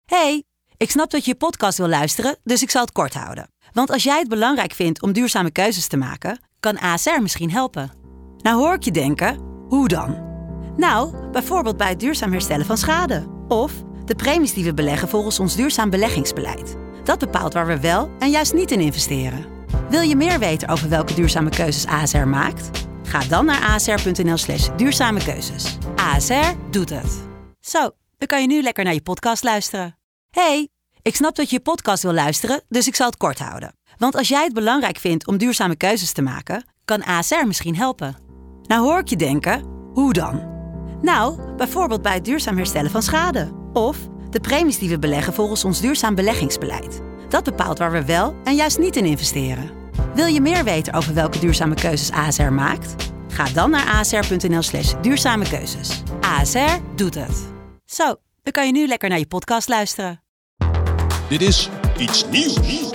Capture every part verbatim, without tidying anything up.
Hey, ik snap dat je je podcast wil luisteren, dus ik zal het kort houden. Want als jij het belangrijk vindt om duurzame keuzes te maken, kan A S R misschien helpen. Nou hoor ik je denken, hoe dan? Nou, bijvoorbeeld bij het duurzaam herstellen van schade. Of de premies die we beleggen volgens ons duurzaam beleggingsbeleid. Dat bepaalt waar we wel en juist niet in investeren. Wil je meer weten over welke duurzame keuzes A S R maakt? Ga dan naar asr.nl slash duurzame keuzes. A S R doet het. Zo, dan kan je nu lekker naar je podcast luisteren. Hey, ik snap dat je je podcast wil luisteren, dus ik zal het kort houden. Want als jij het belangrijk vindt om duurzame keuzes te maken, kan A S R misschien helpen. Nou hoor ik je denken, hoe dan? Nou, bijvoorbeeld bij het duurzaam herstellen van schade. Of de premies die we beleggen volgens ons duurzaam beleggingsbeleid. Dat bepaalt waar we wel en juist niet in investeren. Wil je meer weten over welke duurzame keuzes A S R maakt? Ga dan naar asr.nl slash duurzame keuzes. A S R doet het. Zo, dan kan je nu lekker naar je podcast luisteren. Dit is Iets Nieuws.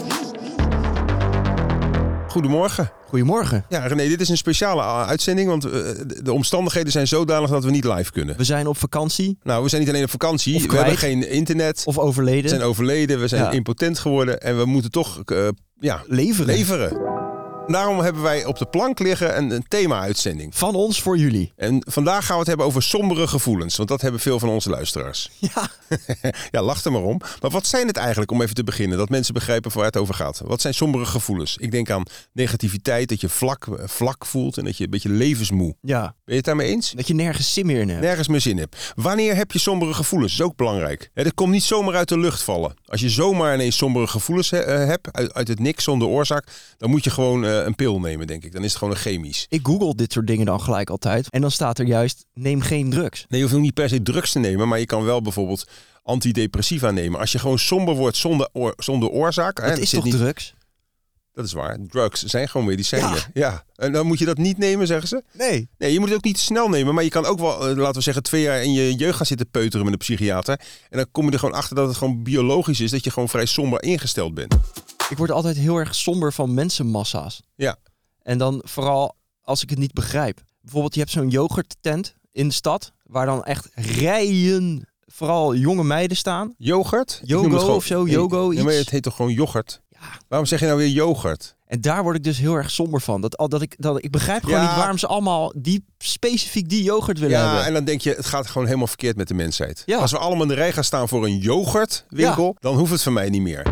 Goedemorgen. Goedemorgen. Ja, René, dit is een speciale uitzending, want uh, de omstandigheden zijn zodanig dat we niet live kunnen. We zijn op vakantie. Nou, we zijn niet alleen op vakantie. We hebben geen internet. Of overleden. We zijn overleden, we zijn ja. impotent geworden en we moeten toch uh, ja, leveren. leveren. Daarom hebben wij op de plank liggen een, een thema-uitzending. Van ons voor jullie. En vandaag gaan we het hebben over sombere gevoelens. Want dat hebben veel van onze luisteraars. Ja. Ja, lach er maar om. Maar wat zijn het eigenlijk, om even te beginnen? Dat mensen begrijpen waar het over gaat. Wat zijn sombere gevoelens? Ik denk aan negativiteit, dat je vlak, vlak voelt en dat je een beetje levensmoe. Ja. Ben je het daarmee eens? Dat je nergens zin meer in hebt. Nergens meer zin hebt. Wanneer heb je sombere gevoelens? Dat is ook belangrijk. Ja, dat komt niet zomaar uit de lucht vallen. Als je zomaar ineens sombere gevoelens he, uh, hebt, uit, uit het niks zonder oorzaak, dan moet je gewoon uh, een pil nemen, denk ik. Dan is het gewoon een chemisch. Ik google dit soort dingen dan gelijk altijd. En dan staat er juist, neem geen drugs. Nee, je hoeft niet per se drugs te nemen, maar je kan wel bijvoorbeeld antidepressiva nemen. Als je gewoon somber wordt zonder, oor, zonder oorzaak. Het hè, is toch niet... drugs? Dat is waar. Drugs zijn gewoon medicijnen. Ja. ja. En dan moet je dat niet nemen, zeggen ze? Nee. Nee, je moet het ook niet te snel nemen. Maar je kan ook wel, laten we zeggen, twee jaar in je jeugd gaan zitten peuteren met een psychiater. En dan kom je er gewoon achter dat het gewoon biologisch is. Dat je gewoon vrij somber ingesteld bent. Ik word altijd heel erg somber van mensenmassa's. Ja. En dan vooral als ik het niet begrijp. Bijvoorbeeld, je hebt zo'n yoghurttent in de stad. Waar dan echt rijen, vooral jonge meiden staan. Yoghurt? Yogo gewoon, of zo, yogo iets. Ja, maar het heet toch gewoon yoghurt? Ja. Waarom zeg je nou weer yoghurt? En daar word ik dus heel erg somber van. Dat, dat ik, dat, ik begrijp gewoon ja. niet waarom ze allemaal die, specifiek die yoghurt willen ja, hebben. Ja, en dan denk je, het gaat gewoon helemaal verkeerd met de mensheid. Ja. Als we allemaal in de rij gaan staan voor een yoghurtwinkel, ja. dan hoeft het van mij niet meer.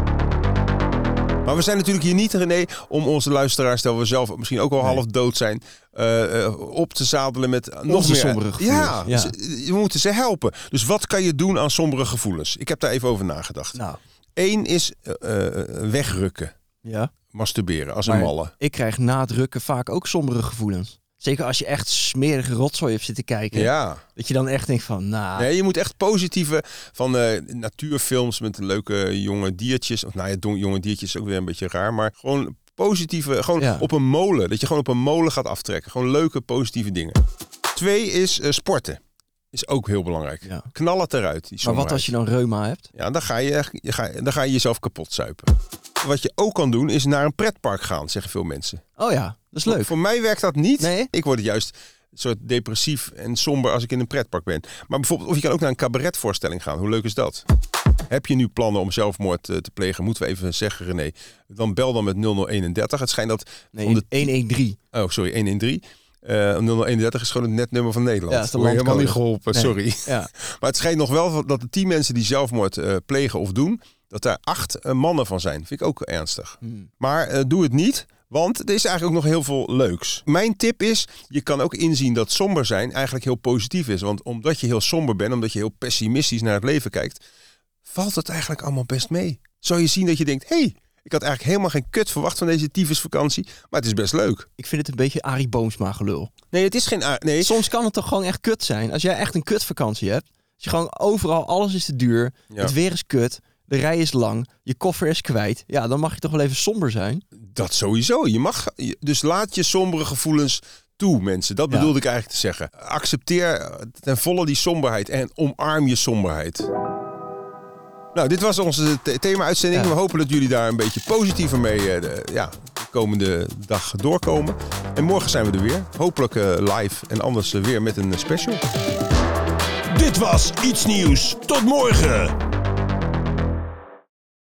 Maar we zijn natuurlijk hier niet, René, om onze luisteraars, terwijl we zelf misschien ook al nee. half dood zijn, uh, uh, op te zadelen met nog onze meer sombere gevoelens. Ja, ja. Ze, we moeten ze helpen. Dus wat kan je doen aan sombere gevoelens? Ik heb daar even over nagedacht. Nou. Eén is uh, uh, wegrukken. Ja. Masturberen, als maar een malle. Ik krijg na het rukken vaak ook sombere gevoelens. Zeker als je echt smerige rotzooi hebt zitten kijken. Ja. Dat je dan echt denkt van, nou... Nee, je moet echt positieve van uh, natuurfilms met leuke jonge diertjes. Of nou ja, jonge diertjes is ook weer een beetje raar. Maar gewoon positieve, gewoon ja. op een molen. Dat je gewoon op een molen gaat aftrekken. Gewoon leuke, positieve dingen. Twee is uh, sporten. Is ook heel belangrijk. Ja. Knal het eruit. Die maar wat als je dan reuma hebt? Ja, dan ga je, je, ga, dan ga je jezelf kapot zuipen. Wat je ook kan doen is naar een pretpark gaan, zeggen veel mensen. Oh ja, dat is leuk. Voor, voor mij werkt dat niet. Nee? Ik word juist een soort depressief en somber als ik in een pretpark ben. Maar bijvoorbeeld, of je kan ook naar een cabaretvoorstelling gaan. Hoe leuk is dat? Heb je nu plannen om zelfmoord uh, te plegen? Moeten we even zeggen, René. Dan bel dan met nul nul eenendertig. Het schijnt dat... Nee, de... honderddertien. Oh, sorry, honderddertien. Uh, nul nul eenendertig is gewoon het netnummer van Nederland. Ja, is de Word je helemaal niet landcode. geholpen, Nee. sorry. Ja. Maar het schijnt nog wel dat de tien mensen die zelfmoord uh, plegen of doen, dat daar acht uh, mannen van zijn. Vind ik ook ernstig. Hmm. Maar uh, doe het niet, want er is eigenlijk ook nog heel veel leuks. Mijn tip is, je kan ook inzien dat somber zijn eigenlijk heel positief is. Want omdat je heel somber bent, omdat je heel pessimistisch naar het leven kijkt, valt het eigenlijk allemaal best mee. Zou je zien dat je denkt, hé, hey, ik had eigenlijk helemaal geen kut verwacht van deze tyfusvakantie, maar het is best leuk. Ik vind het een beetje Arie Boomsma gelul. Nee, het is geen... Nee. Soms kan het toch gewoon echt kut zijn. Als jij echt een kutvakantie hebt, als je gewoon overal, alles is te duur, ja. Het weer is kut, de rij is lang, je koffer is kwijt, ja, dan mag je toch wel even somber zijn. Dat sowieso. Je mag, dus laat je sombere gevoelens toe, mensen. Dat bedoelde ja. ik eigenlijk te zeggen. Accepteer ten volle die somberheid en omarm je somberheid. Nou, dit was onze thema-uitzending. Ja. We hopen dat jullie daar een beetje positiever mee uh, de, ja, de komende dag doorkomen. En morgen zijn we er weer. Hopelijk uh, live en anders uh, weer met een special. Dit was Iets Nieuws. Tot morgen.